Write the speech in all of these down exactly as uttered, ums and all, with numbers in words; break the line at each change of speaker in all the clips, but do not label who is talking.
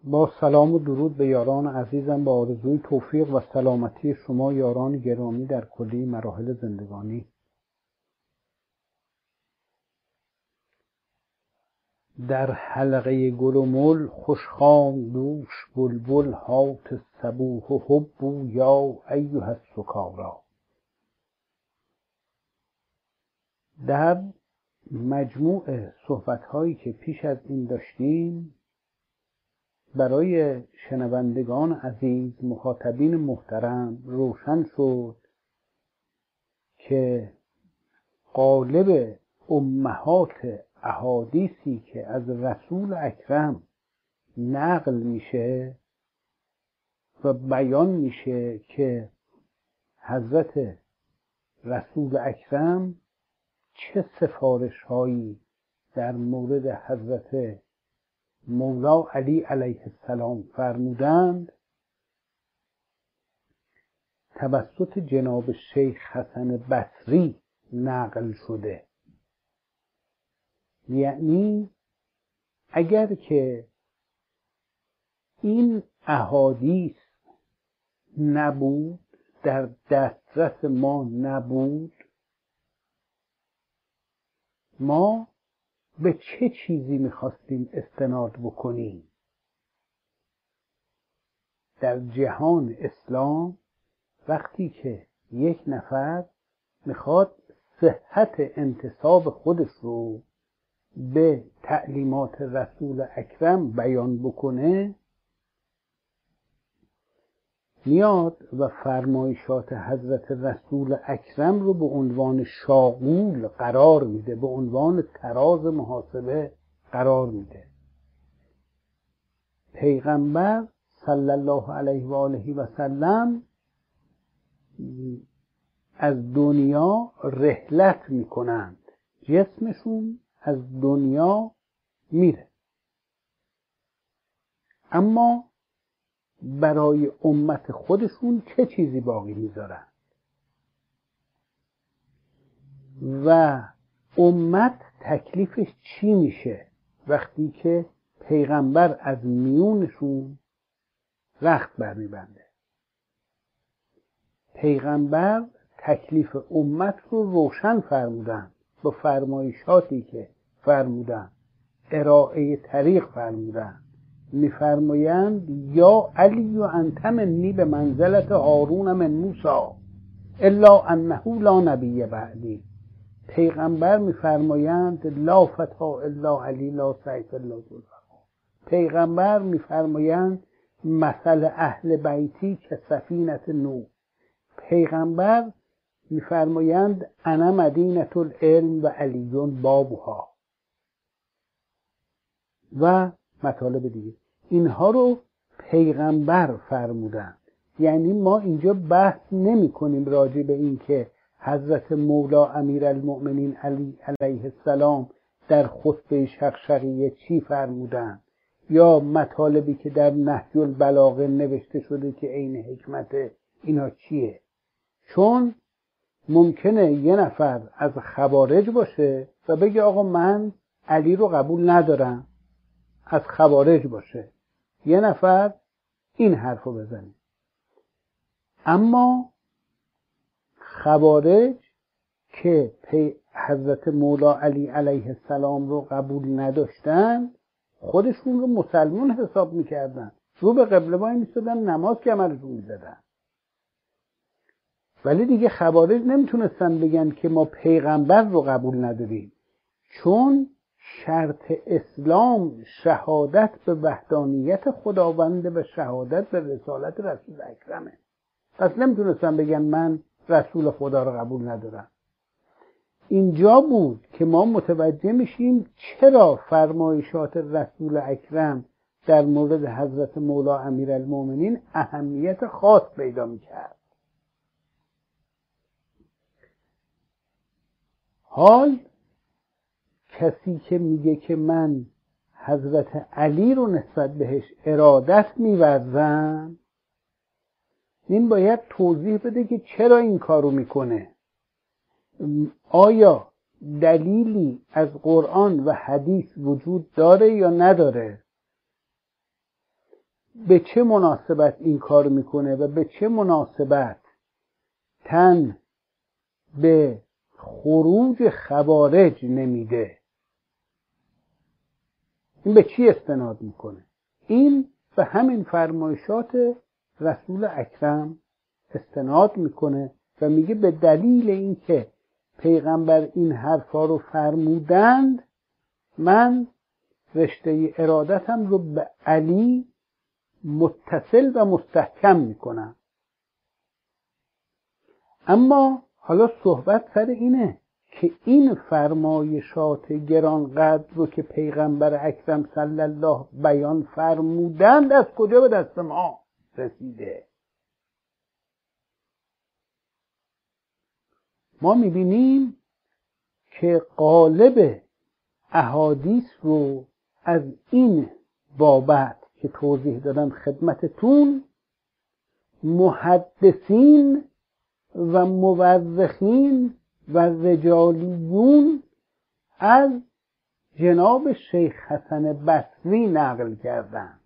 با سلام و درود به یاران عزیزم، با آرزوی توفیق و سلامتی شما یاران گرامی در کلی مراحل زندگانی. در حلقه گل و مل خوشخوام دوش بلبل هات صبوح و حب یا ایها السکارا. در مجموع صحبت‌هایی که پیش از این داشتیم برای شنوندگان عزیز، مخاطبین محترم روشن شد که قالب امهات احادیثی که از رسول اکرم نقل میشه و بیان میشه که حضرت رسول اکرم چه سفارش هایی در مورد حضرت مولا علی علیه السلام فرمودند، توسط جناب شیخ حسن بصری نقل شده. یعنی اگر که این احادیث نبود، در دسترس ما نبود، ما به چه چیزی میخواستیم استناد بکنیم؟ در جهان اسلام وقتی که یک نفر میخواد صحت انتساب خودش رو به تعلیمات رسول اکرم بیان بکنه، میاد و فرمایشات حضرت رسول اکرم رو به عنوان شاغول قرار میده، به عنوان تراز محاسبه قرار میده. پیغمبر صلی الله علیه و آله و سلم از دنیا رحلت میکنند، جسمشون از دنیا میره، اما برای امت خودشون چه چیزی باقی میذارن و امت تکلیفش چی میشه وقتی که پیغمبر از میونشون رخت برمیبنده؟ پیغمبر تکلیف امت رو روشن فرمودن با فرمایشاتی که فرمودن، ارائه طریق فرمودن. میفرمایند یا علی و انت منی به منزلت هارون من موسی الا انه لا نبی بعدی. پیغمبر میفرمایند لا فتا الا علی لا سیف الا ذوالفقار. پیغمبر میفرمایند مثل اهل بیتی که سفینه نوح. پیغمبر میفرمایند انا مدینه العلم و علیون بابها و مطالب دیگه. اینها رو پیغمبر فرمودند. یعنی ما اینجا بحث نمی کنیم راجع به این که حضرت مولا امیرالمؤمنین علی علیه السلام در خطبه شقشقیه چی فرمودند یا مطالبی که در نهج البلاغه نوشته شده که عین حکمت اینا چیه. چون ممکنه یه نفر از خوارج باشه و بگه آقا من علی رو قبول ندارم، از خوارج باشه، یه نفر این حرف رو بزنه. اما خوارج که حضرت مولا علی علیه السلام رو قبول نداشتن، خودشون رو مسلمون حساب میکردن، رو به قبله وای میستادن، نماز کمرشون میزدن. ولی دیگه خوارج نمیتونستن بگن که ما پیغمبر رو قبول نداریم، چون شرط اسلام شهادت به وحدانیت خداونده و شهادت به رسالت رسول اکرمه. پس نمیتونستن بگن من رسول خدا رو قبول ندارم. اینجا بود که ما متوجه میشیم چرا فرمایشات رسول اکرم در مورد حضرت مولا امیرالمؤمنین اهمیت خاص پیدا میکرد. حال کسی که میگه که من حضرت علی رو نسبت بهش ارادت میورزم، این باید توضیح بده که چرا این کارو میکنه. آیا دلیلی از قرآن و حدیث وجود داره یا نداره؟ به چه مناسبت این کار میکنه و به چه مناسبت تن به خروج خوارج نمیده. این به چی استناد میکنه؟ این به همین فرمایشات رسول اکرم استناد میکنه و میگه به دلیل اینکه پیغمبر این حرفا رو فرمودند، من رشته ارادتم رو به علی متصل و مستحکم میکنم. اما حالا صحبت سر اینه که این فرمایشات گرانقدر رو که پیغمبر اکرم صلی الله بیان فرمودند از کجا به دست ما رسیده؟ ما میبینیم که قالب احادیث رو از این بابت که توضیح دادم خدمتتون، محدثین و مورخین و رجالیون از جناب شیخ حسن بصری نقل کردند.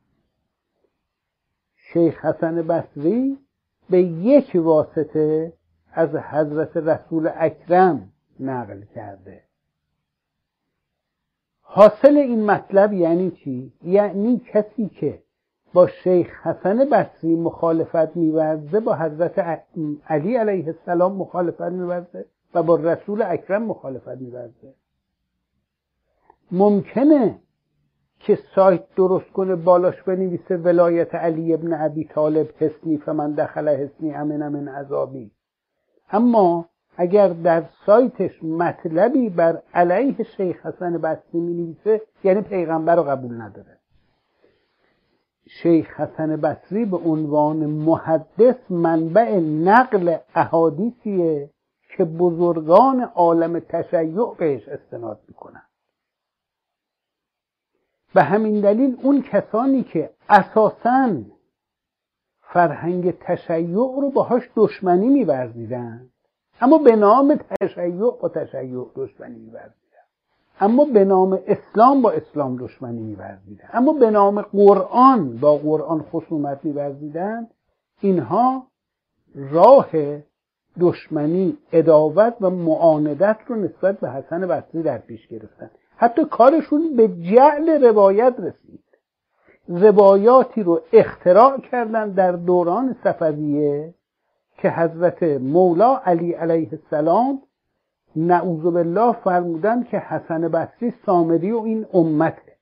شیخ حسن بصری به یک واسطه از حضرت رسول اکرم نقل کرده. حاصل این مطلب یعنی چی؟ یعنی کسی که با شیخ حسن بصری مخالفت می‌ورزه با حضرت علی علیه السلام مخالفت می‌ورزه و با رسول اکرم مخالفت می‌ورزه. ممکنه که سایت درست کنه بالاش بنویسه ولایت علی ابن ابی طالب حسنی فمن دخل حسنی امن من عذابی، اما اگر در سایتش مطلبی بر علیه شیخ حسن بصری می‌نویسه یعنی پیغمبر رو قبول نداره. شیخ حسن بصری به عنوان محدث منبع نقل احادیثیه که بزرگان عالم تشیع بهش استناد میکنن. به همین دلیل اون کسانی که اساساً فرهنگ تشیع رو باهاش دشمنی می‌ورزیدن، اما به نام تشیع با تشیع دشمنی می‌ورزیدن، اما به نام اسلام با اسلام دشمنی می‌ورزیدن، اما به نام قرآن با قرآن خصومت می‌ورزیدن، اینها راه دشمنی، عداوت و معاندت رو نسبت به حسن بصری در پیش گرفتن. حتی کارشون به جعل روایت رسید. روایاتی رو اختراع کردن در دوران صفویه که حضرت مولا علی علیه السلام نعوذ بالله فرمودن که حسن بصری سامری و این امته،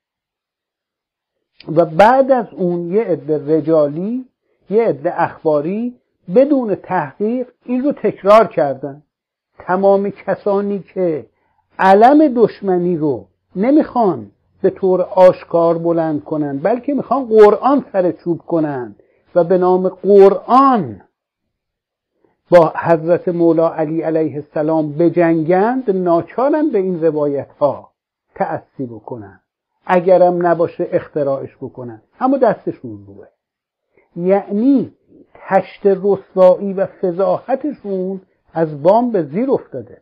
و بعد از اون یه عده رجالی، یه عده اخباری بدون تحقیق این رو تکرار کردن. تمام کسانی که علم دشمنی رو نمیخوان به طور آشکار بلند کنن، بلکه میخوان قرآن سر چوب کنن و به نام قرآن با حضرت مولا علی علیه السلام بجنگند، ناچارن به این روایت ها تأثیر بکنن، اگرم نباشه اختراعش بکنن، اما دستشون روه. یعنی تشت رسوایی و فضاحتشون از بام به زیر افتاده.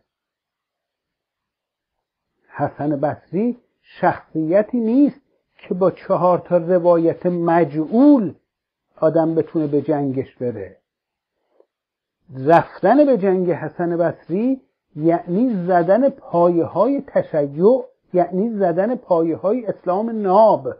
حسن بصری شخصیتی نیست که با چهار تا روایت مجعول آدم بتونه به جنگش بره. رفتن به جنگ حسن بصری یعنی زدن پایه های تشیع، یعنی زدن پایه های اسلام ناب.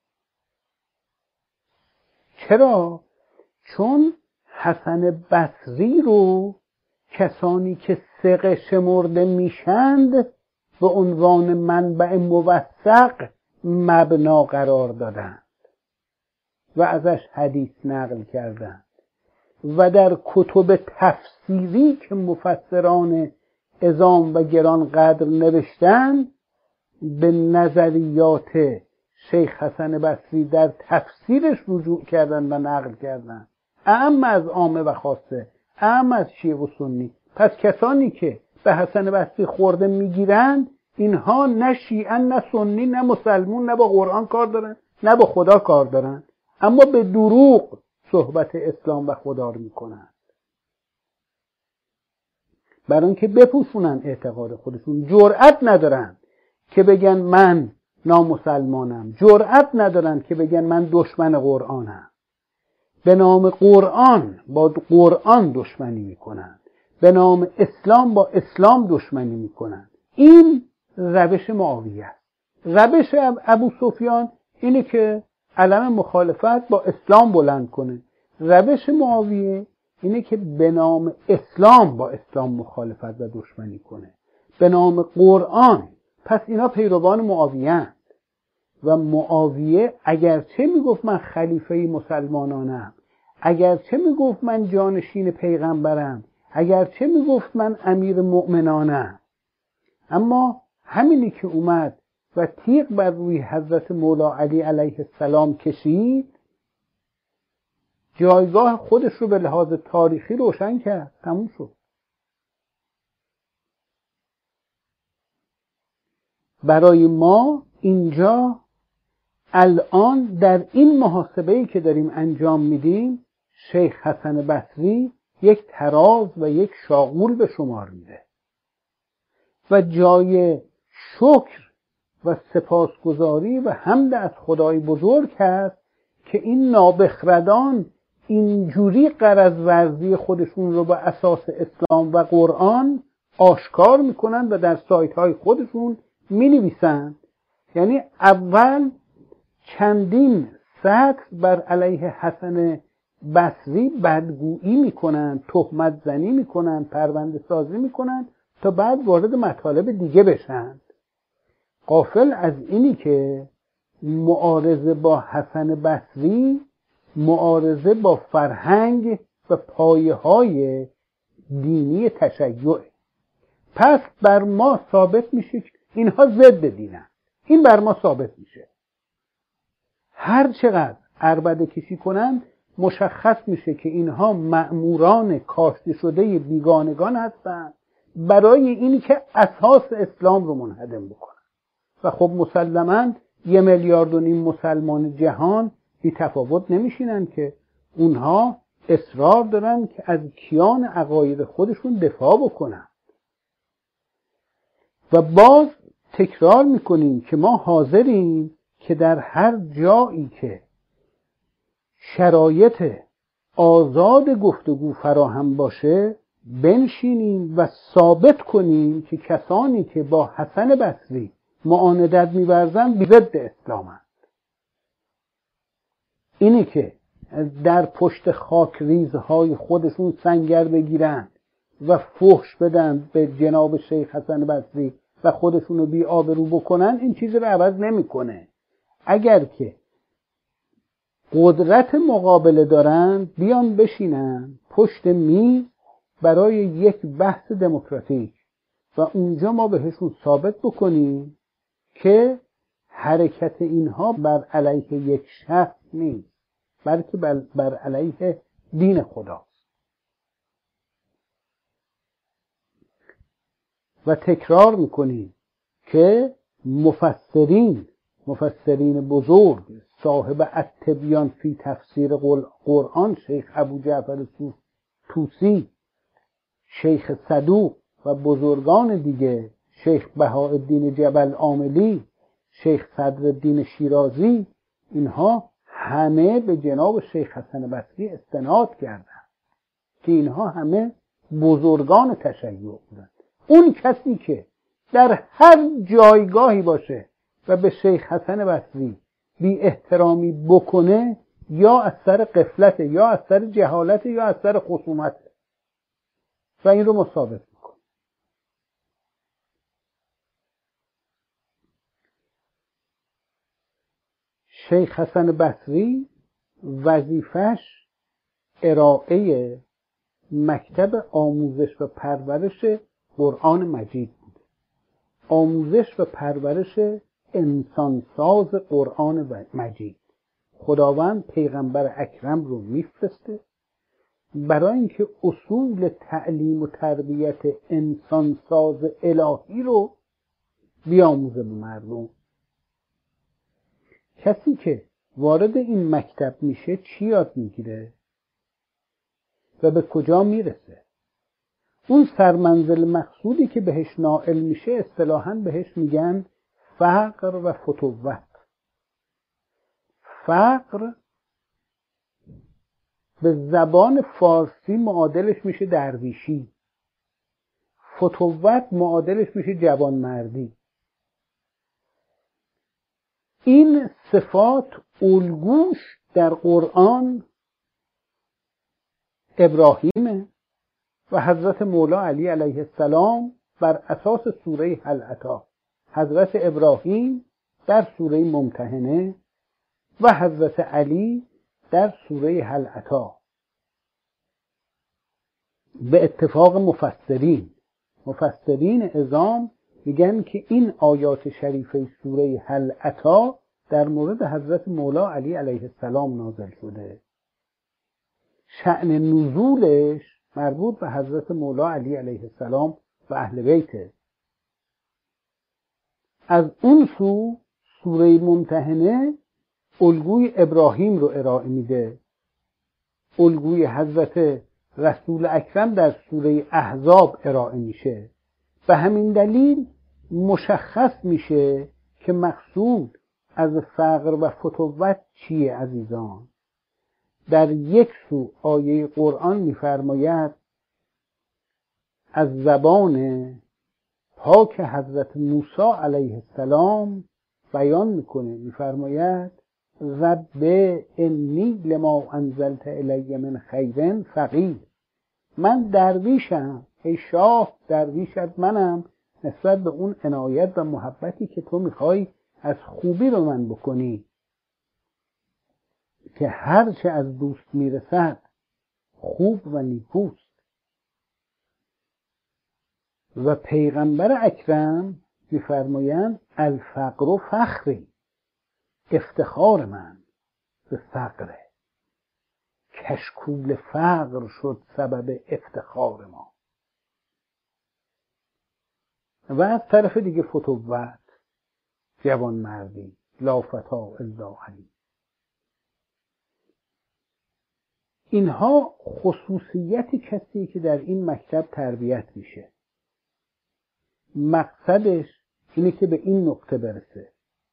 چرا؟ چون حسن بصری رو کسانی که ثقه شمرده میشند به عنوان منبع موثق مبنا قرار دادند و ازش حدیث نقل کردند و در کتب تفسیری که مفسران عظام و گرانقدر نوشتند به نظریات شیخ حسن بصری در تفسیرش رجوع کردند و نقل کردند، اعم از عامه و خاصه، اعم از شیعه و سنی. پس کسانی که به حسن بصری خورده میگیرند اینها نه شیعه نه سنی نه مسلمون، نه با قرآن کار دارن نه با خدا کار دارن، اما به دروغ صحبت اسلام و خدا رو میکنن برای اینکه بپوشونن اعتقاد خودشون. جرأت ندارن که بگن من نامسلمانم جرأت ندارن که بگن من دشمن قرآنم. به نام قرآن با قرآن دشمنی میکنن، به نام اسلام با اسلام دشمنی میکنن. این روش معاویه است. روش ابو سفیان اینه که علم مخالفت با اسلام بلند کنه. روش معاویه اینه که به نام اسلام با اسلام مخالفت و دشمنی کنه، به نام قرآن. پس اینا پیروان معاویه هستند و معاویه اگرچه میگفت من خلیفه مسلمانانم، اگرچه میگفت من جانشین پیغمبرم، اگرچه میگفت من امیر مؤمنانم، اما همینی که اومد و تیغ بر روی حضرت مولا علی علیه السلام کشید، جایگاه خودش رو به لحاظ تاریخی روشن کرد. تموم شد. برای ما اینجا الان در این محاسبه‌ای که داریم انجام میدیم، شیخ حسن بصری یک تراز و یک شاغول به شمار میره و جای شکر و سپاسگزاری و حمد از خدای بزرگ هست که این نابخردان اینجوری غرض ورزی خودشون رو به اساس اسلام و قرآن آشکار میکنن و در سایت های خودشون مینویسن. یعنی اول چندین سطر بر علیه حسن بصری بدگویی میکنن، تهمت زنی میکنن، پرونده سازی میکنن تا بعد وارد مطالب دیگه بشن، غافل از اینی که معارضه با حسن بصری معارضه با فرهنگ و پایه های دینی تشیع. پس بر ما ثابت میشه که اینها ضد دینن. این بر ما ثابت میشه. هر چقدر عربده کشی کنن مشخص میشه که اینها مأموران کاشته شده بیگانگان هستند برای اینی که اساس اسلام رو منهدم بکنن. و خب مسلماً یه میلیارد و نیم مسلمان جهان بی تفاوت نمیشینن که اونها اصرار دارن که از کیان عقاید خودشون دفاع بکنن. و باز تکرار میکنیم که ما حاضریم که در هر جایی که شرایط آزاد گفتگو فراهم باشه بنشینیم و ثابت کنیم که کسانی که با حسن بصری معاندت می‌ورزن بی ضد اسلامند. اینی که در پشت خاک ریزهای خودشون سنگر بگیرن و فحش بدن به جناب شیخ حسن بصری و خودشون رو بی آبرو بکنن، این چیز رو عوض نمی‌کنه. اگر که قدرت مقابله دارن بیان بشینن پشت میز برای یک بحث دموکراتیک و اونجا ما بهشون ثابت بکنیم که حرکت اینها بر علیه یک شخص نیست، بلکه بر علیه دین خداست. و تکرار میکنیم که مفسرین مفسرین بزرگ صاحب التبیان فی تفسیر قرآن، شیخ ابو جعفر طوسی، شیخ صدوق و بزرگان دیگه، شیخ بهاءالدین جبل عاملی، شیخ صدرالدین شیرازی، اینها همه به جناب شیخ حسن بصری استناد کردند که اینها همه بزرگان تشیع بودند. اون کسی که در هر جایگاهی باشه و به شیخ حسن بصری بی احترامی بکنه، یا از سر غفلت، یا از سر جهالت، یا از سر خصومت، و این رو ما ثابت میکنه. شیخ حسن بصری وظیفش ارائه مکتب آموزش و پرورش قرآن مجید بود، آموزش و پرورش انسانساز قرآن مجید. خداوند پیغمبر اکرم رو میفرسته برای اینکه اصول تعلیم و تربیت انسانساز الهی رو بیاموزه به مردم. کسی که وارد این مکتب میشه چی یاد میگیره و به کجا میرسه؟ اون سرمنزل مقصودی که بهش نائل میشه اصطلاحاً بهش میگن فقر و فتوت. فقر به زبان فارسی معادلش میشه درویشی، فتوت معادلش میشه جوانمردی. این صفات الگوش در قرآن ابراهیم و حضرت مولا علی علیه السلام بر اساس سوره هل اتی. حضرت ابراهیم در سوره ممتحنه و حضرت علی در سوره هل اتی. به اتفاق مفسرین مفسرین عظام میگن که این آیات شریفه سوره هل اتی در مورد حضرت مولا علی علیه السلام نازل شده. شأن نزولش مربوط به حضرت مولا علی علیه السلام و اهل بیته. از اون سو سوره ممتحنه الگوی ابراهیم رو ارائه میده. الگوی حضرت رسول اکرم در سوره احزاب ارائه میشه. به همین دلیل مشخص میشه که مقصود از فقر و فتوت چیه عزیزان. در یک سو آیه قرآن میفرماید از زبان پاک حضرت موسی علیه السلام بیان میکنه، میفرماید رب انی لما انزلت الی من خیر فقیر. من درویشم، ای شاه درویشت منم نسبت به اون عنایت و محبتی که تو میخوای از خوبی رو من بکنی که هرچه از دوست میرسد خوب و نیکوست. و پیغمبر اکرم میفرمایند الفقر و فخری، افتخار من به فقره، کشکول فقر شد سبب افتخار ما. و از طرف دیگه فتوت، جوانمردی، لا فتا الا علی. اینها خصوصیت کسی که در این مکتب تربیت میشه. مقصدش اینه که به این نقطه برسه.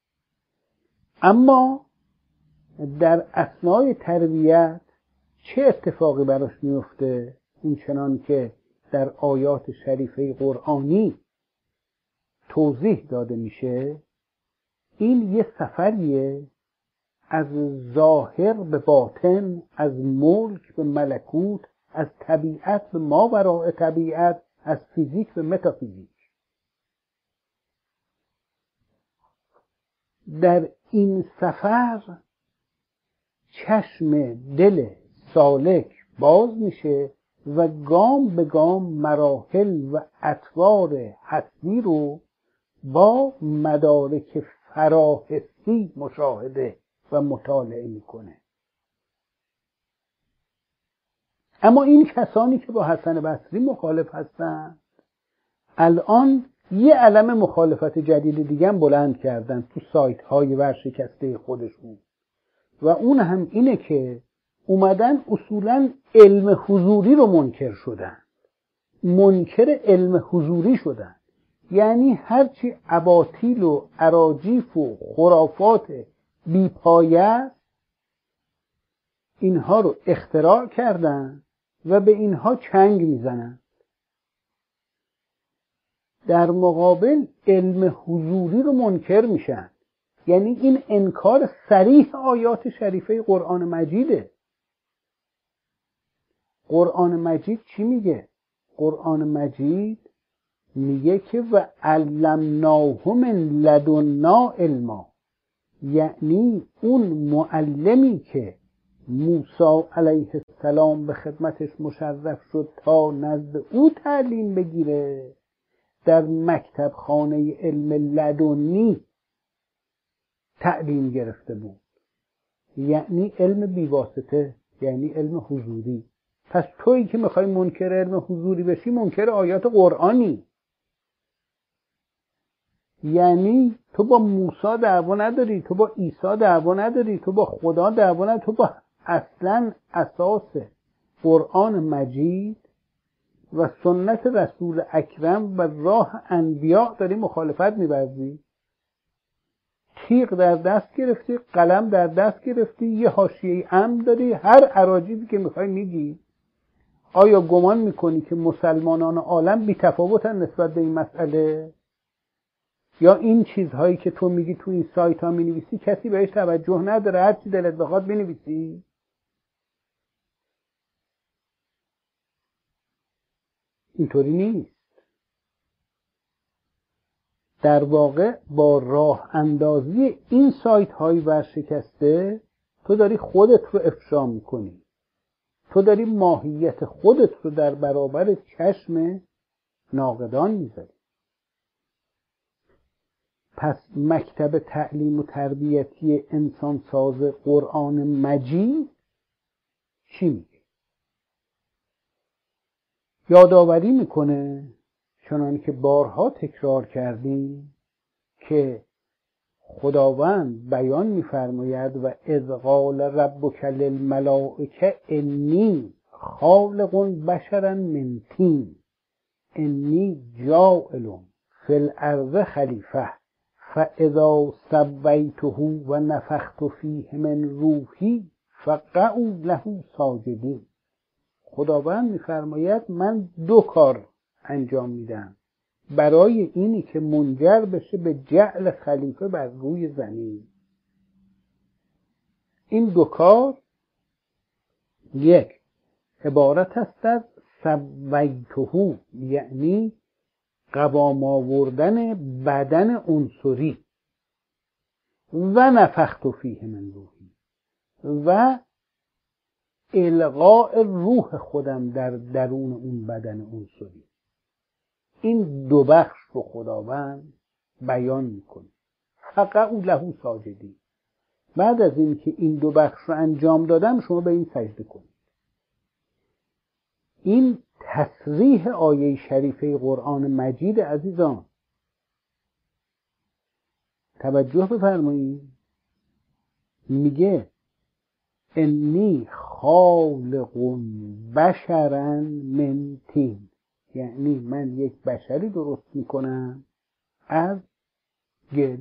اما در اثنای تربیت چه اتفاقی براش میفته؟ این چنان که در آیات شریفه قرآنی توضیح داده میشه، این یه سفریه از ظاهر به باطن، از ملک به ملکوت، از طبیعت به ماوراء طبیعت، از فیزیک به متافیزیک. در این سفر چشم دل سالک باز میشه و گام به گام مراحل و اطوار هستی رو با مدارک فراحسی مشاهده و مطالعه میکنه. اما این کسانی که با حسن بصری مخالف هستند الان یه علم مخالفت جدید دیگه هم بلند کردن تو سایت های ورشکسته خودشون و اون هم اینه که اومدن اصولا علم حضوری رو منکر شدن، منکر علم حضوری شدن. یعنی هرچی اباطیل و اراجیف و خرافات بیپایه اینها رو اختراع کردن و به اینها چنگ میزنن. در مقابل علم حضوری رو منکر میشن. یعنی این انکار صریح آیات شریفه قرآن مجیده. قرآن مجید چی میگه؟ قرآن مجید میگه که و علمناه من لدنا علما، یعنی اون معلمی که موسی علیه السلام به خدمتش مشرف شد تا نزد او تعلیم بگیره، در مکتب خانه علم لدنی تعلیم گرفته بود. یعنی علم بیواسطه، یعنی علم حضوری. پس تویی که میخوای منکر علم حضوری بشی منکر آیات قرآنی. یعنی تو با موسی دعوا نداری، تو با عیسی دعوا نداری، تو با خدا دعوا نداری، تو با اصلا اساس قرآن مجید و سنت رسول اکرم و راه انبیاء داری مخالفت می‌ورزی. تیغ در دست گرفتی، قلم در دست گرفتی، یه حاشیه امر داری، هر اراجیزی که میخوای میگی. آیا گمان میکنی که مسلمانان عالم بی تفاوتن نسبت به این مسئله؟ یا این چیزهایی که تو میگی تو این سایت ها مینویسی کسی بهش توجه نداره، هر چی دلت بخواد بنویسی؟ اینطوری نیست. در واقع با راه اندازی این سایت های ورشکسته تو داری خودت رو افشا میکنی، تو داری ماهیت خودت رو در برابر چشم ناقدان میذاری. پس مکتب تعلیم و تربیتی انسانساز قرآن مجید چی میگه؟ یادآوری میکنه چنان که بارها تکرار کردیم که خداوند بیان می‌فرماید و اذ قال ربک للملائکه انی خالق بشرا من طین انی جاعل فی الارض خلیفه فاذا سویته و نفخت فیه من روحی فقعوا له ساجدین. خداوند می‌فرماید من دو کار انجام میدم برای اینی که منجر بشه به جعل خلیفه بر روی زمین. این دو کار یک عبارت است از سویته، یعنی قوام آوردن بدن عنصری، و نفخت فیه من روحی، و القاء روح خودم در درون اون بدن عنصری. این دو بخش رو خداوند بیان میکنه. فقعوا له ساجدین. بعد از این که این دو بخش رو انجام دادم شما به این سجده کنید. این تصریح آیه شریفه قرآن مجید عزیزان. توجه بفرمایید. میگه انی خالق بشرا من طین، یعنی من یک بشری درست میکنم از گل.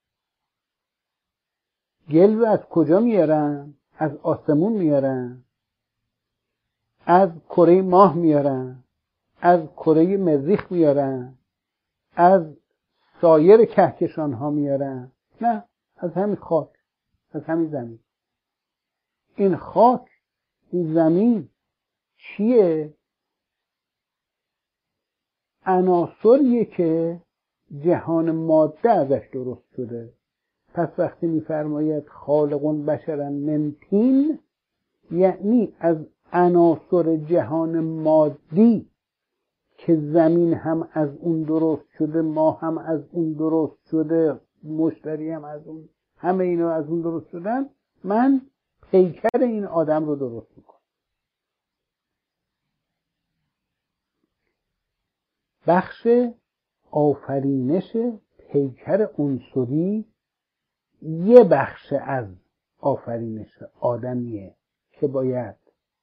گل رو از کجا میارم؟ از آسمون میارم، از کره ماه میارم، از کره مریخ میارم، از سایر کهکشان ها میارم؟ نه، از همین خاک، از همین زمین. این خاک، این زمین چیه؟ عناصریه که جهان ماده ازش درست شده. پس وقتی میفرماید خالق بشرا من طین، یعنی از عناصر جهان مادی که زمین هم از اون درست شده، ما هم از اون درست شده، مشتری هم از اون، همه اینا از اون درست شدن، من پیکر این آدم رو درست میکنم. بخش آفرینش پیکر عنصری یه بخش از آفرینش آدمیه که باید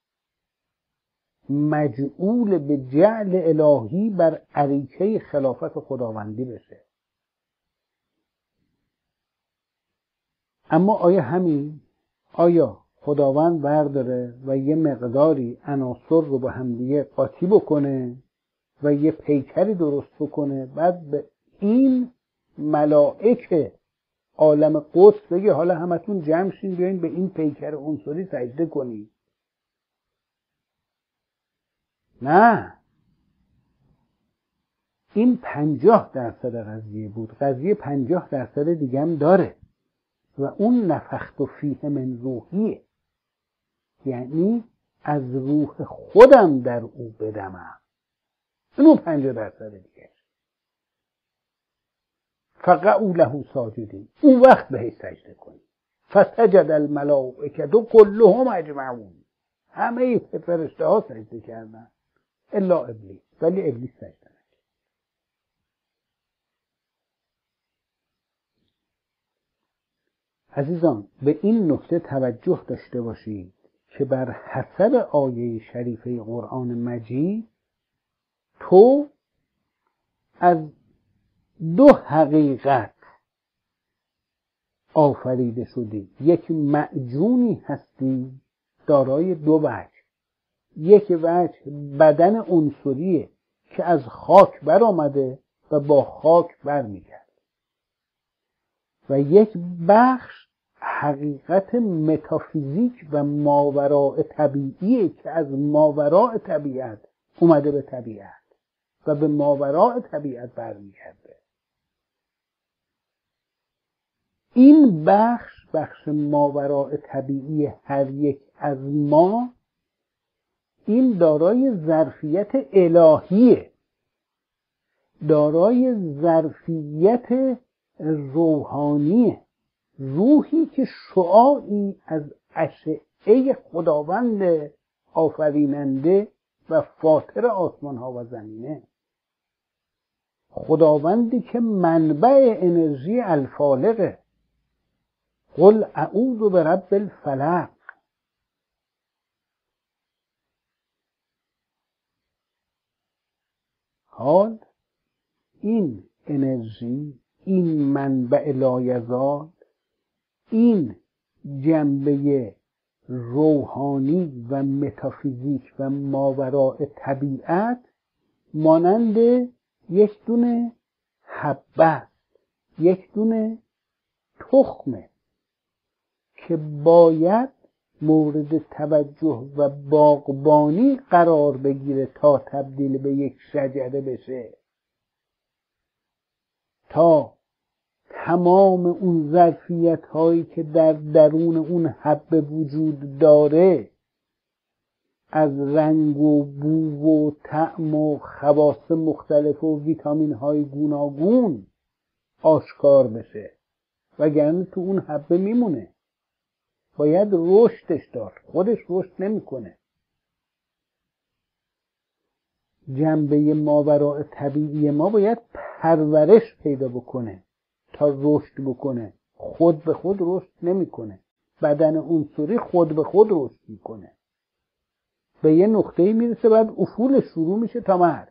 مجعول به جعل الهی بر اریکه خلافت خداوندی بشه. اما آیا همین؟ آیا خداوند برداره و یه مقداری عناصر رو با همدیگه قاطی بکنه و یه پیکری درست بکنه، بعد به این ملائکه عالم قدس بگه حالا همتون جمع شین بیاین به این پیکر عنصری سجده کنید؟ نه، این پنجاه درصد قضیه بود. قضیه پنجاه درصد دیگه هم داره و اون نفخت فیه من روحیه، یعنی از روح خودم در او بدمم. اینو پنجاه درصد دیگه. فقعوا له ساجدین، اون وقت بهش سجده کنید. فسجد الملائکه کلهم اجمعون، همه فرشته ها سجده کردن الا ابلیس، ولی ابلیس سجده نکرد. عزیزان به این نکته توجه داشته باشید که بر حسب آیه شریفه قرآن مجید تو از دو حقیقت آفریده شدی، یک معجونی هستی دارای دو وجه. یک وجه بدن عنصریه که از خاک برآمده و با خاک برمیگرده و یک بخش حقیقت متافیزیک و ماوراء طبیعیه که از ماوراء طبیعت اومده به طبیعت و به ماوراء طبیعت برمیگرده. این بخش بخش ماوراء طبیعی هر یک از ما، این دارای ظرفیت الهیه، دارای ظرفیت روحانیه، روحی که شعاعی از اشعه خداوند آفریننده و فاطر آسمان ها و زمینه، خداوندی که منبع انرژی الفالقه. قل اعوذ برب الفلق. حال این انرژی، این منبع لایزال، این جنبه روحانی و متافیزیک و ماوراء طبیعت مانند یک دونه حبه، یک دونه تخمه که باید مورد توجه و باغبانی قرار بگیره تا تبدیل به یک شجره بشه، تا تمام اون ظرفیت هایی که در درون اون حبه وجود داره از رنگ و بو و طعم و خواص مختلف و ویتامین های گوناگون آشکار بشه، وگرنه تو اون حبه میمونه. باید رشدش داد، خودش رشد نمیکنه. جنبه ماوراء طبیعی ما باید پرورش پیدا بکنه تا رشد بکنه. خود به خود رشد نمیکنه. بدن عنصری خود به خود رشد میکنه، به یه نقطه‌ای میرسه بعد افول شروع میشه تا مرگ.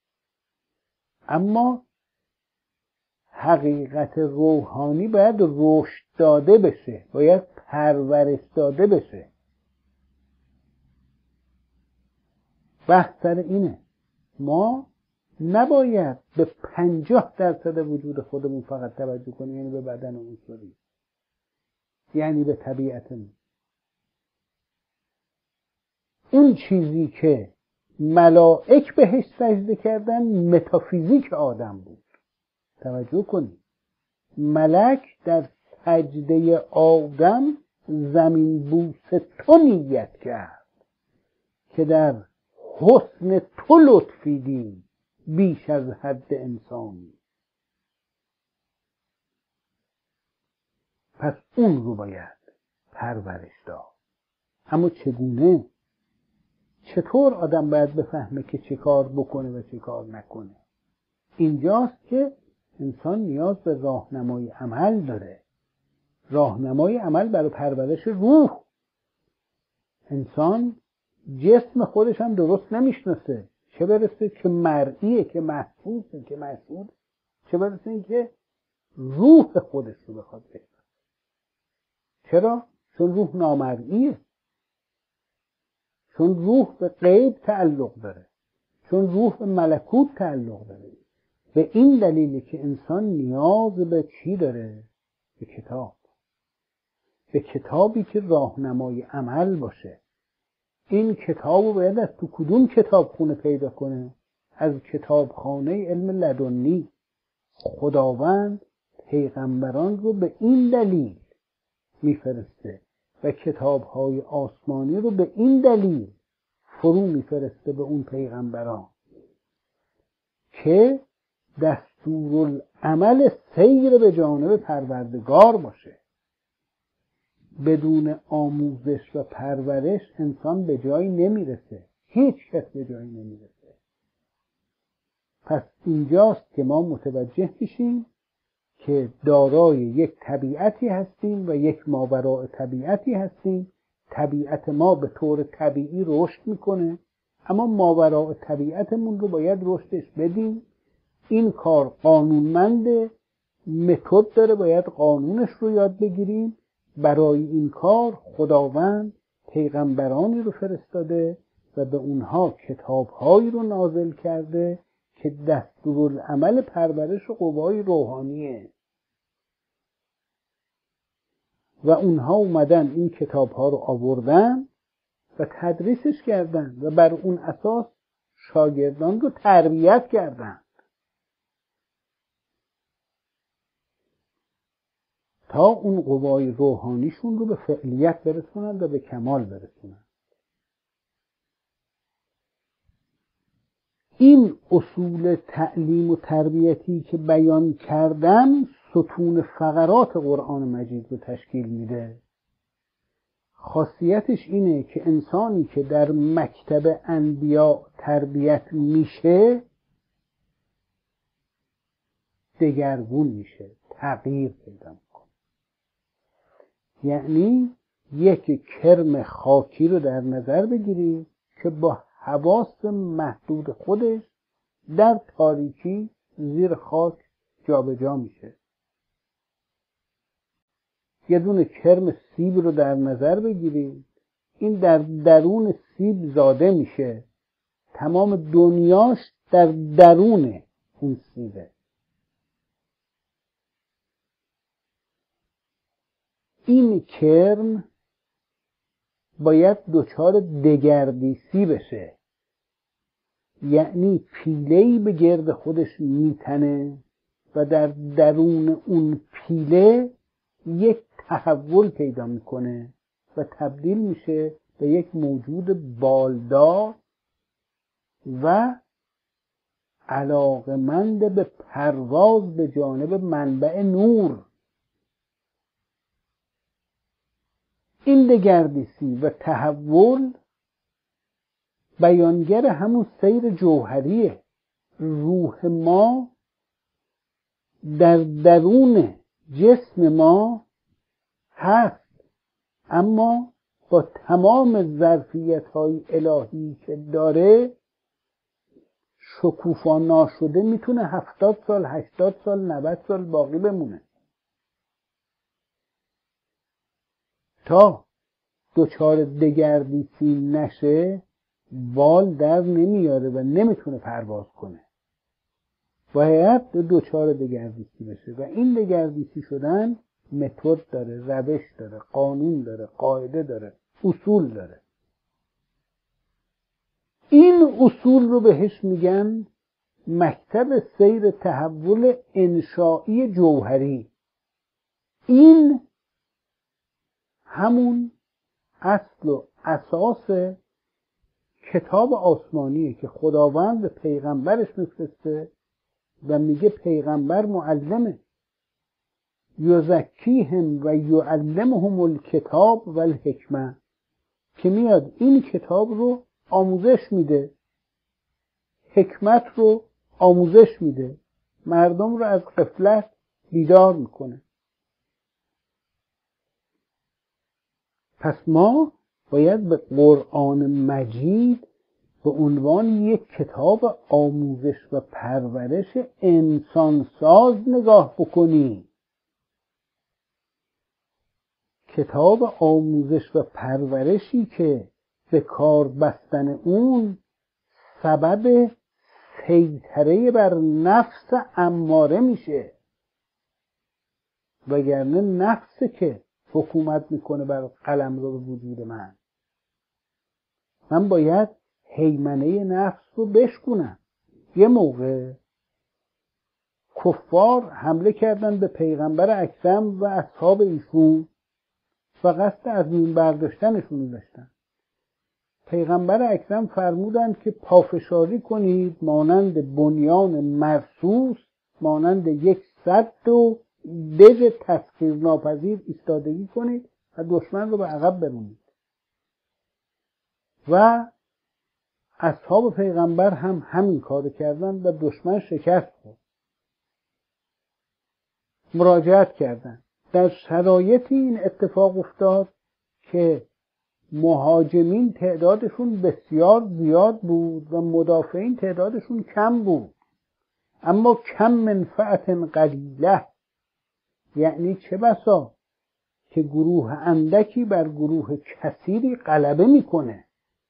اما حقیقت روحانی باید رشد داده بشه، باید پرورش داده بشه. بحث سر اینه، ما نباید به پنجاه درصد وجود خودمون فقط توجه کنیم، یعنی به بدن عنصری، یعنی به طبیعتمون. اون چیزی که ملائک بهش سجده کردن متافیزیک آدم بود. توجه کنید، ملک در سجده آدم زمین بوس تو نیت کرد که در حسن تو لطفیدی بیش از حد انسانی. پس اون رو باید پرورش داد. اما چگونه؟ چطور آدم باید بفهمه که چه کار بکنه و چه کار نکنه؟ اینجاست که انسان نیاز به راهنمای عمل داره. راهنمای عمل برای پرورش روح. انسان جسم خودش هم درست نمیشناسه، چه برسه که مرئیه، که محسوسه، که مشهود، چه برسه این که روح خودش رو بخواد بشناسه. چرا؟ چون روح نامرئیه، چون روح به غیب تعلق داره، چون روح به ملکوت تعلق داره. به این دلیلی که انسان نیاز به چی داره؟ به کتاب، به کتابی که راهنمای عمل باشه. این کتاب رو باید از تو کدوم کتابخونه پیدا کنه؟ از کتابخانه علم لدنی. خداوند پیغمبران رو به این دلیل میفرسته و کتابهای آسمانی رو به این دلیل فرو میفرسته به اون پیغمبران که دستورالعمل سیر به جانب پروردگار باشه. بدون آموزش و پرورش انسان به جایی نمیرسه، هیچ کس به جایی نمیرسه. پس اینجاست که ما متوجه میشیم که دارای یک طبیعتی هستیم و یک ماوراء طبیعتی هستیم. طبیعت ما به طور طبیعی رشد میکنه، اما ماوراء طبیعتمون رو باید رشدش بدیم. این کار قانونمنده متد داره، باید قانونش رو یاد بگیریم. برای این کار خداوند پیغمبرانی رو فرستاده و به اونها کتابهایی رو نازل کرده که دستورالعمل پرورش قوای روحانیه و اونها اومدن این کتابها رو آوردن و تدریسش کردن و بر اون اساس شاگردان رو تربیت کردن تا اون قوای روحانیشون رو به فعلیت برسونن و به کمال برسونن. این اصول تعلیم و تربیتی که بیان کردم ستون فقرات قرآن مجید رو تشکیل میده. خاصیتش اینه که انسانی که در مکتب انبیا تربیت میشه دگرگون میشه، تغییر پیدا میکنه. یعنی یک کرم خاکی رو در نظر بگیرید که با حواس محدود خودش در تاریکی زیر خاک جابجا میشه. یه دونه کرم سیب رو در نظر بگیرید، این در درون سیب زاده میشه، تمام دنیاش در درون اون سیبه. این کرم باید دچار دگردیسی بشه، یعنی پیله‌ای به گرد خودش میتنه و در درون اون پیله یک تحول پیدا میکنه و تبدیل میشه به یک موجود بالدار و علاقمند به پرواز به جانب منبع نور. این دگردیسی و تحول بیانگر همون سیر جوهریه. روح ما در درون جسم ما هست، اما با تمام ظرفیت‌های الهی که داره شکوفا ناشده میتونه هفتاد سال، هشتاد سال، نود سال باقی بمونه. تا دچار دگردیسی نشه بال در نمیاره و نمیتونه پرواز کنه. باید دچار دگردیسی بشه و این دگردیسی شدن متد داره، روش داره، قانون داره، قاعده داره، اصول داره. این اصول رو بهش میگن مکتب سیر تحول انشایی جوهری. این همون اصل و اساس کتاب آسمانیه که خداوند به پیغمبرش میفرسته و میگه پیغمبر معلمه، یزکیهم و یعلمهم الکتاب و الحکمه، که میاد این کتاب رو آموزش میده، حکمت رو آموزش میده، مردم رو از غفلت بیدار میکنه. پس ما باید به قرآن مجید به عنوان یک کتاب آموزش و پرورش انسانساز نگاه بکنیم. کتاب آموزش و پرورشی که به کار بستن اون سبب سیطره بر نفس اماره میشه، وگرنه نفسه که حکومت میکنه بر قلمرو وجود من. من باید هیمنه نفس رو بشکنم. یه موقع کفار حمله کردن به پیغمبر اکرم و اصحاب ایشون و قصد از این برداشتنشون داشتن. پیغمبر اکرم فرمودند که پافشاری کنید مانند بنیان مرصوص، مانند یک سد و دژ تسخیر ناپذیر ایستادگی کنید و دشمن رو به عقب برونید. و اصحاب پیغمبر هم همین کار کردن و دشمن شکست خورد. مراجعت کردن. در شرایطی این اتفاق افتاد که مهاجمین تعدادشون بسیار زیاد بود و مدافعین تعدادشون کم بود، اما کم منفعت قلیله، یعنی چه بسا که گروه اندکی بر گروه کثیری غلبه میکنه.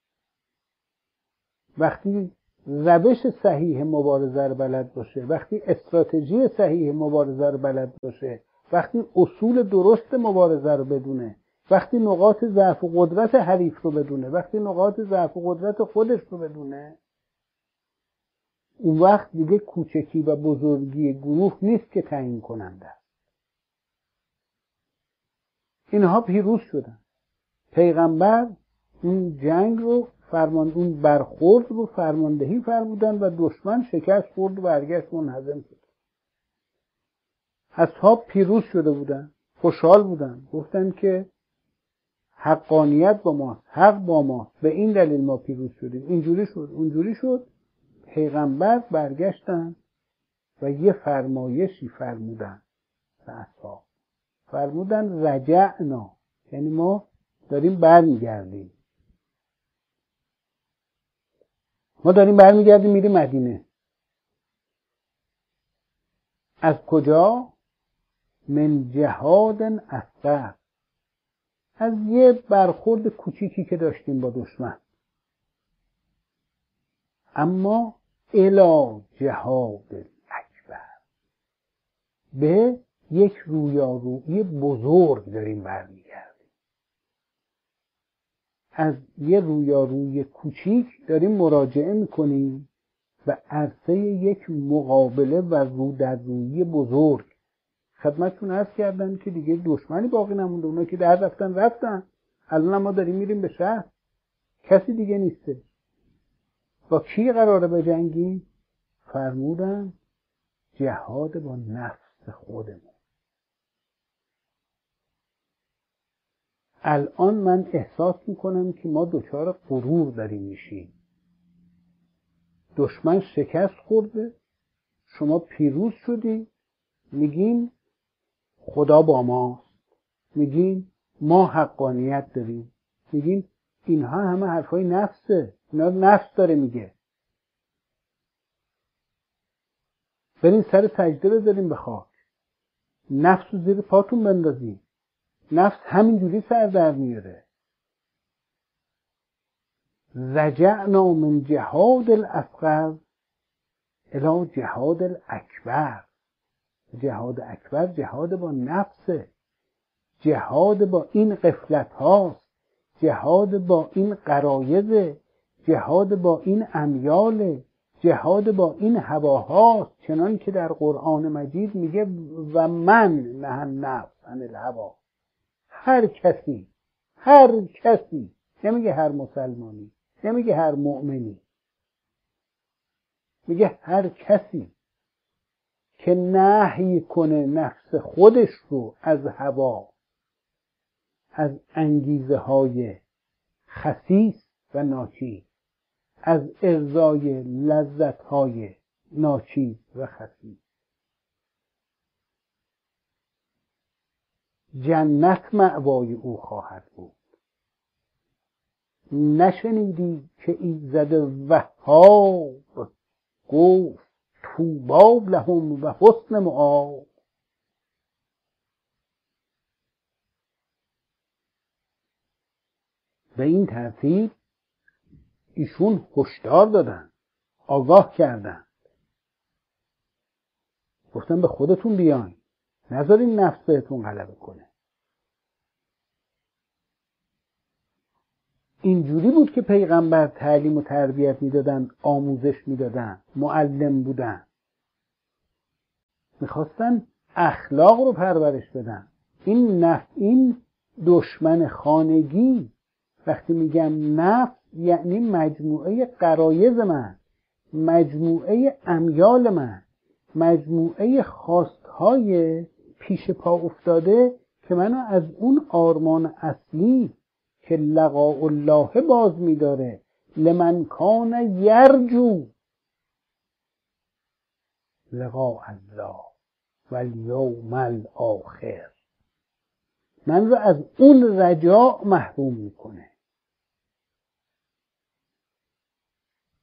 وقتی روش صحیح مبارزه رو بلد باشه، وقتی استراتژی صحیح مبارزه رو بلد باشه، وقتی اصول درست مبارزه رو بدونه، وقتی نقاط ضعف و قدرت حریف رو بدونه، وقتی نقاط ضعف و قدرت خودش رو بدونه، اون وقت دیگه کوچکی و بزرگی گروه نیست که تعیین کننده است. اینها پیروز شدن. پیغمبر این جنگ رو فرمان اون برخورد رو فرماندهی فرمودن و دشمن شکست خورد و برگشت منهزم شد. اصحاب پیروز شده بودن، خوشحال بودن، گفتن که حقانیت با ماست، حق با ماست، به این دلیل ما پیروز شدیم. اینجوری شد اونجوری شد. پیغمبر برگشتن و یه فرمایشی فرمودن به اصحاب. فرمودن رجعنا، یعنی ما داریم برمیگردیم. ما داریم برمیگردیم میریم مدینه. از کجا؟ من جهاد اصغر، از یه برخورد کوچیکی که داشتیم با دشمن. اما الی جهاد اکبر، به یک رویارویی بزرگ داریم برمیگردیم. از یه رویارویی کوچیک داریم مراجعه میکنیم و عرصه یک مقابله و رو در رویی بزرگ. خدمتتون عرض کردن که دیگه دشمنی باقی نمونده. اونا که در رفتن رفتن. الان ما داریم میریم به شهر، کسی دیگه نیسته. با کی قراره بجنگیم؟ فرمودن جهاد با نفس خودمون. الان من احساس میکنم که ما دچار غرور داریم میشیم. دشمن شکست خورده، شما پیروز شدی، میگین خدا با ماست، میگین ما حقانیت داریم، میگین اینها همه حرفای نفسه، اینا نفس داره میگه. برین سر سجده بذاریم به خاک، نفس رو زیر پاتون بندازیم. نفس همینجوری سر در میاره. رجعنا من جهاد الاصغر الی جهاد الاکبر. جهاد اکبر جهاد با نفسه، جهاد با این غفلت هاست، جهاد با این غرایزه، جهاد با این امیاله، جهاد با این هواهاست. چنان که در قرآن مجید میگه و من نه النفس عن الهوا. هر کسی، هر کسی، نمیگه هر مسلمانی، نمیگه هر مؤمنی، میگه هر کسی که نهی کنه نفس خودش رو از هوا، از انگیزه های خسیس و ناچیز، از ارضای لذت های ناچیز و خسیس، جنت مأوای او خواهد بود. نشنیدی که ایزد وهاب گفت طوبی لهم و حسن مآب. به این ترتیب ایشون هشدار دادن، آگاه کردن، گفتن به خودتون بیاین، نذارین نفس بهتون غلبه کنه. اینجوری بود که پیغمبر تعلیم و تربیت میدادن، آموزش میدادن، معلم بودن. میخواستن اخلاق رو پرورش بدن. این نفس، این دشمن خانگی، وقتی میگم نفس یعنی مجموعه غرایز من، مجموعه امیال من، مجموعه خواستهای پیش پا افتاده که منو از اون آرمان اصلی که لقاء الله باز می‌داره. لمن کان یرجو لقاء الله و الیوم الاخر، من رو از اون رجاء محروم میکنه.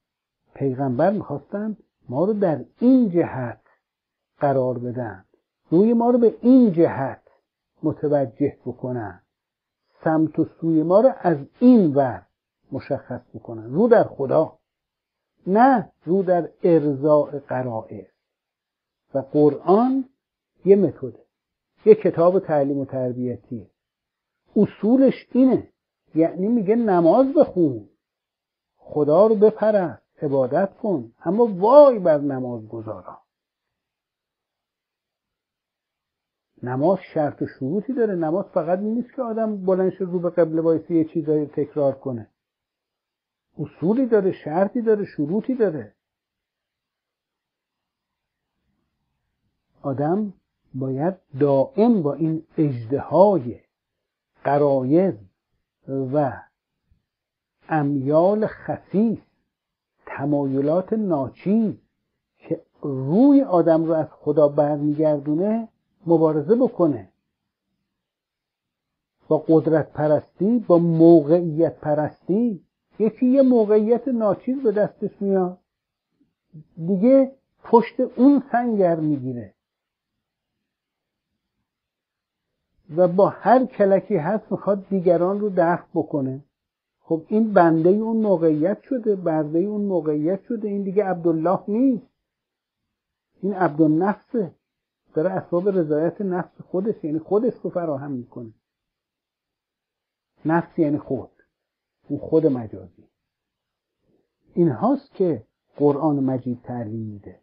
پیغمبر میخواستن ما رو در این جهت قرار بدن، روی ما رو به این جهت متوجه بکنن، سمت و سوی ما رو از این ور مشخص بکنن، رو در خدا، نه رو در ارضاء غرائز. و قرآن یه متده، یه کتاب تعلیم و تربیتی، اصولش اینه، یعنی میگه نماز بخون، خدا رو بپرست، عبادت کن، اما وای بر نماز گزارا. نماز شرط و شروطی داره. نماز فقط این نیست که آدم بلندش رو به قبله وایسی یه چیزایی تکرار کنه. اصولی داره، شرطی داره، شروطی داره. آدم باید دائم با این اژدهای غرایز و امیال خسیس، تمایلات ناچیز که روی آدم رو از خدا برمیگردونه مبارزه بکنه. با قدرت پرستی، با موقعیت پرستی. یکی یه موقعیت ناچیز به دستش میاد، دیگه پشت اون سنگر میگیره و با هر کلکی هست میخواد دیگران رو دفع بکنه. خب این بنده اون موقعیت شده، برده اون موقعیت شده. این دیگه عبدالله نیست، این عبدالنفسه، داره اسباب رضایت نفس خودش، یعنی خودش رو فراهم میکنه. نفس یعنی خود، اون خود مجازی. این هاست که قرآن مجید تعلیم میده.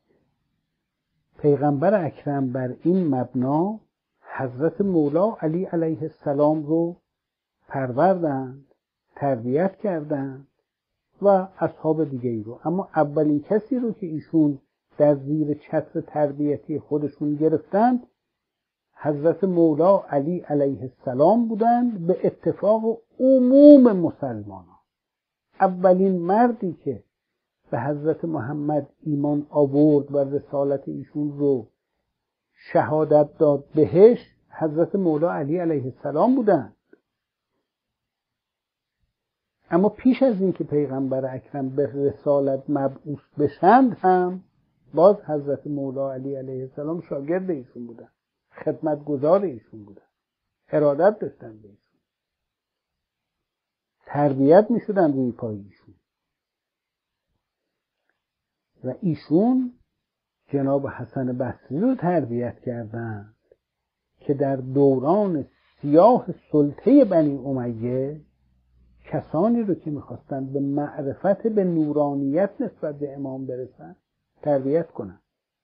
پیغمبر اکرم بر این مبنا حضرت مولا علی علیه السلام رو پروردند، تربیت کردند و اصحاب دیگه ای رو. اما اولین کسی رو که ایشون در زیر چتر تربیتی خودشون گرفتند حضرت مولا علی علیه السلام بودند، به اتفاق عموم مسلمانان. اولین مردی که به حضرت محمد ایمان آورد و رسالت ایشون رو شهادت داد بهش حضرت مولا علی علیه السلام بودند. اما پیش از این که پیغمبر اکرم به رسالت مبعوث بشند هم باز حضرت مولا علی علیه السلام شاگرد ایشون بودن، خدمتگزار ایشون بودن، ارادت داشتن به ایشون، تربیت می شدن روی پای ایشون. و ایشون جناب حسن بصری رو تربیت کردند که در دوران سیاه سلطه بنی امیه کسانی رو که میخواستند به معرفت به نورانیت نسبت به امام برسن تربیت کنن.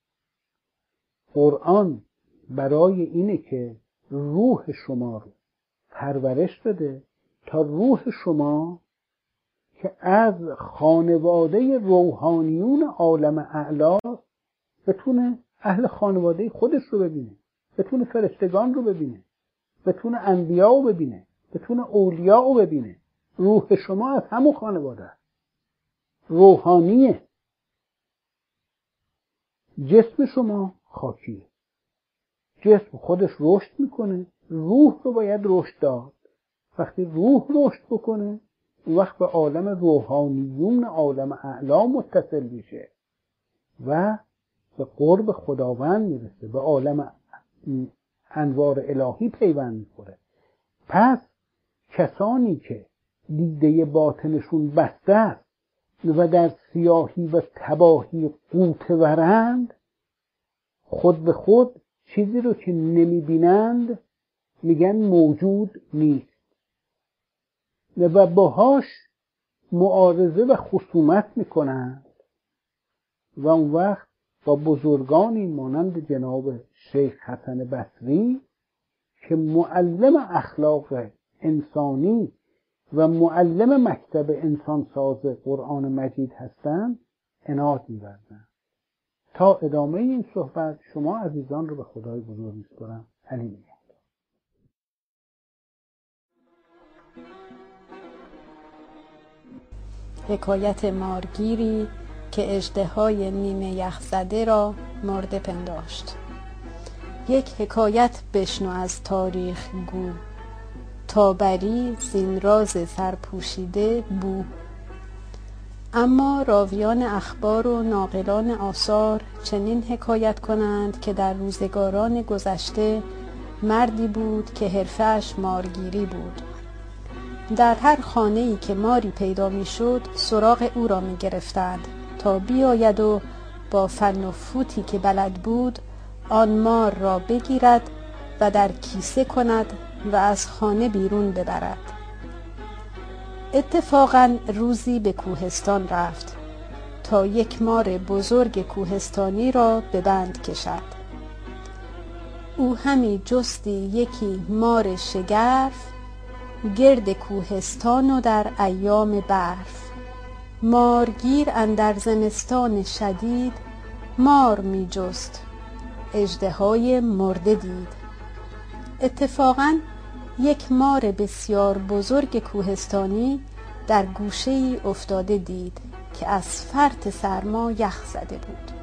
قرآن برای اینه که روح شما رو پرورش بده تا روح شما که از خانواده روحانیون عالم اعلی بتونه اهل خانواده خودش رو ببینه، بتونه فرشتگان رو ببینه، بتونه انبیا رو ببینه، بتونه اولیاء رو ببینه. روح شما از همون خانواده است، روحانیه. جسم شما خاکیه، جسم خودش رشد میکنه، روح رو باید رشد داد. وقتی روح رشد بکنه اون وقت به عالم روحانیون عالم اعلا متصل میشه و به قرب خداوند میرسه، به عالم انوار الهی پیوند میخوره. پس کسانی که دیده باطنشون بسته است و در سیاهی و تباهی غوطه ورند، خود به خود چیزی رو که نمیبینند میگن موجود نیست و باهاش معارضه و خصومت میکنند و اون وقت با بزرگانی مانند جناب شیخ حسن بصری که معلم اخلاق انسانی و معلم مکتب انسانساز قرآن مجید هستند عنایت می‌ورزند. تا ادامه این صحبت شما عزیزان رو به خدای بزرگ می‌سپارم. علی میگه.
حکایت مارگیری که اژدهای نیمه یخزده را مرده پنداشت. یک حکایت بشنو از تاریخ گو، تا بری زین راز سرپوشیده بو. اما راویان اخبار و ناقلان آثار چنین حکایت کنند که در روزگاران گذشته مردی بود که حرفه‌اش مارگیری بود. در هر خانه‌ای که ماری پیدا می‌شد سراغ او را می‌گرفتند تا بیاید و با فن و فوتی که بلد بود آن مار را بگیرد و در کیسه کند و از خانه بیرون ببرد. اتفاقاً روزی به کوهستان رفت تا یک مار بزرگ کوهستانی را به بند کشد. او همی جستی یکی مار شگرف گرد کوهستان و در ایام برف. مارگیر اندر زمستان شدید مار می جست، اژدهای مرده دید. اتفاقاً یک مار بسیار بزرگ کوهستانی در گوشه‌ای افتاده دید که از فرط سرما یخ زده بود.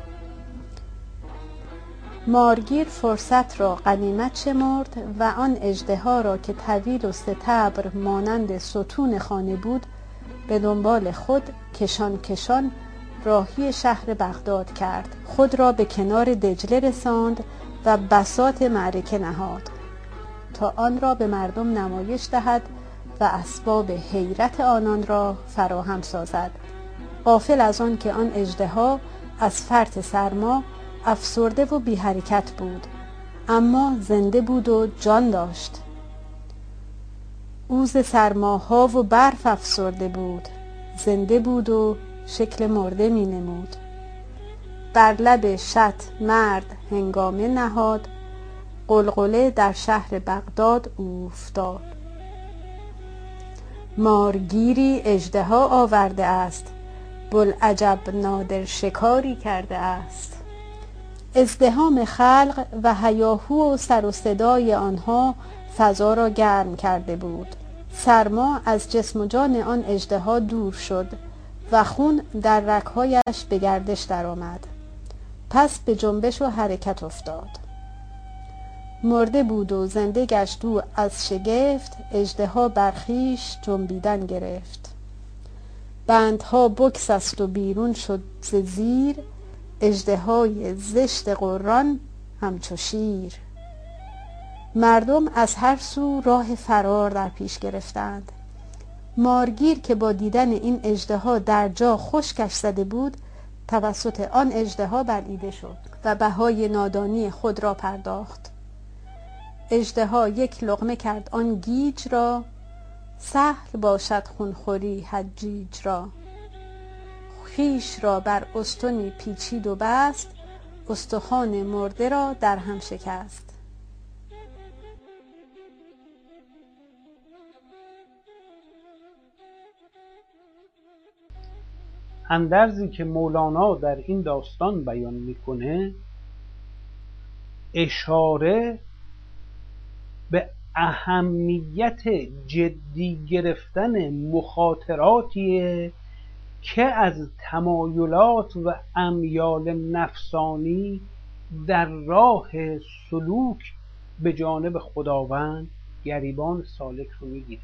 مارگیر فرصت را غنیمت شمرد و آن اژدها را که طویل و ستبر مانند ستون خانه بود به دنبال خود کشان کشان راهی شهر بغداد کرد. خود را به کنار دجله رساند و بساط معرکه نهاد تا آن را به مردم نمایش دهد و اسباب حیرت آنان را فراهم سازد، غافل از آن که آن اژدها از فرط سرما افسرده و بی حرکت بود، اما زنده بود و جان داشت. او ز سرماها و برف افسرده بود، زنده بود و شکل مرده می نمود. بر لب شط مرد هنگامه نهاد، غلغله در شهر بغداد اوفتاد. مارگیری اژدها آورده است، بوالعجب نادر شکاری کرده است. ازدحام خلق و هیاهو و سر و صدای آنها فضا را گرم کرده بود. سرما از جسم و جان آن اژدها دور شد و خون در رگ‌هایش به گردش درآمد. پس به جنبش و حرکت افتاد. مرده بود و زنده گشت او از شگفت، اژدها بر خویش جنبیدن گرفت. بندها بگسست و بیرون شد ز زیر، اژدهای زشت غران همچو شیر. مردم از هر سو راه فرار در پیش گرفتند. مارگیر که با دیدن این اژدها در جا خشکش زده بود توسط آن اژدها بلعیده شد و بهای نادانی خود را پرداخت. اژدها یک لقمه کرد آن گیج را، سهل باشد خونخوری حجیج را. خویش را بر استنی پیچید و بست، استخوان مرده را در هم شکست.
اندرزی که مولانا در این داستان بیان میکنه اشاره به اهمیت جدی گرفتن مخاطراتیه که از تمایلات و امیال نفسانی در راه سلوک به جانب خداوند گریبان سالک رو میگیره.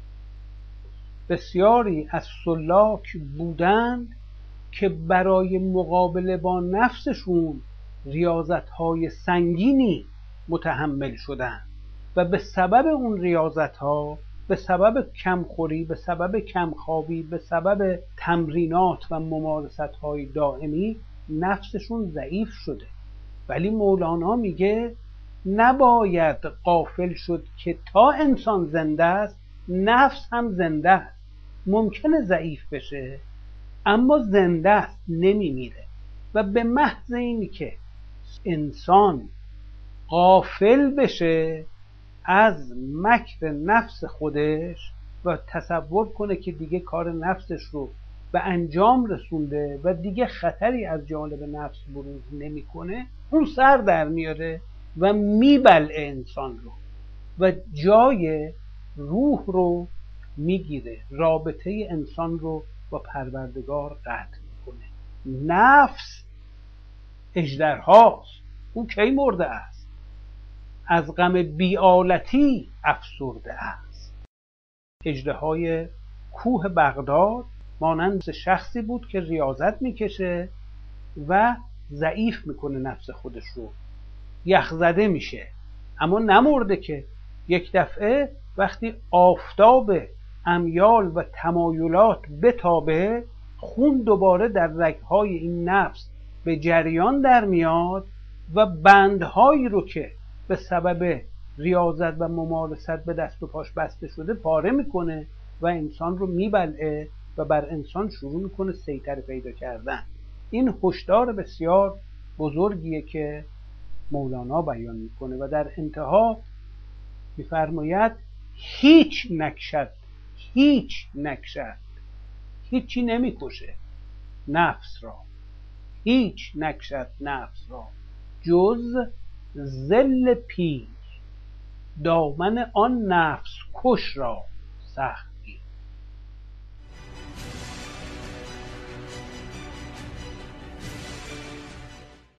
بسیاری از سلاک بودند که برای مقابله با نفسشون ریاضت‌های سنگینی متحمل شدند و به سبب اون ریاضت‌ها، به سبب کمخوری، به سبب کمخوابی، به سبب تمرینات و ممارست‌های دائمی نفسشون ضعیف شده. ولی مولانا میگه نباید غافل شد که تا انسان زنده است نفس هم زنده است. ممکنه ضعیف بشه اما زنده است، نمیمیره. و به محض اینی که انسان غافل بشه از مکر نفس خودش و تصور کنه که دیگه کار نفسش رو به انجام رسونده و دیگه خطری از جانب نفس بروز نمیکنه، اون سر در میاره و میبلعه انسان رو و جای روح رو میگیره، رابطه انسان رو با پروردگار قطع میکنه. نفس اژدرهاست، او کی مرده است؟ از غم بی‌آلتی افسرده است. اژدهای کوه بغداد مانند شخصی بود که ریاضت میکشه و ضعیف میکنه نفس خودش رو، یخزده میشه اما نمرده که. یک دفعه وقتی آفتاب امیال و تمایلات بتابه، خون دوباره در رگهای این نفس به جریان در میاد و بندهایی رو که به سبب ریاضت و ممارست به دست و پاش بسته شده پاره میکنه و انسان رو میبلعه و بر انسان شروع میکنه سیطره پیدا کردن. این هشدار بسیار بزرگیه که مولانا بیان میکنه و در انتها میفرماید هیچ نکشد، هیچ نکشد، هیچی نمیکشه نفس را، هیچ نکشد نفس را جز ذل پیر، دامن آن نفس کش را سخت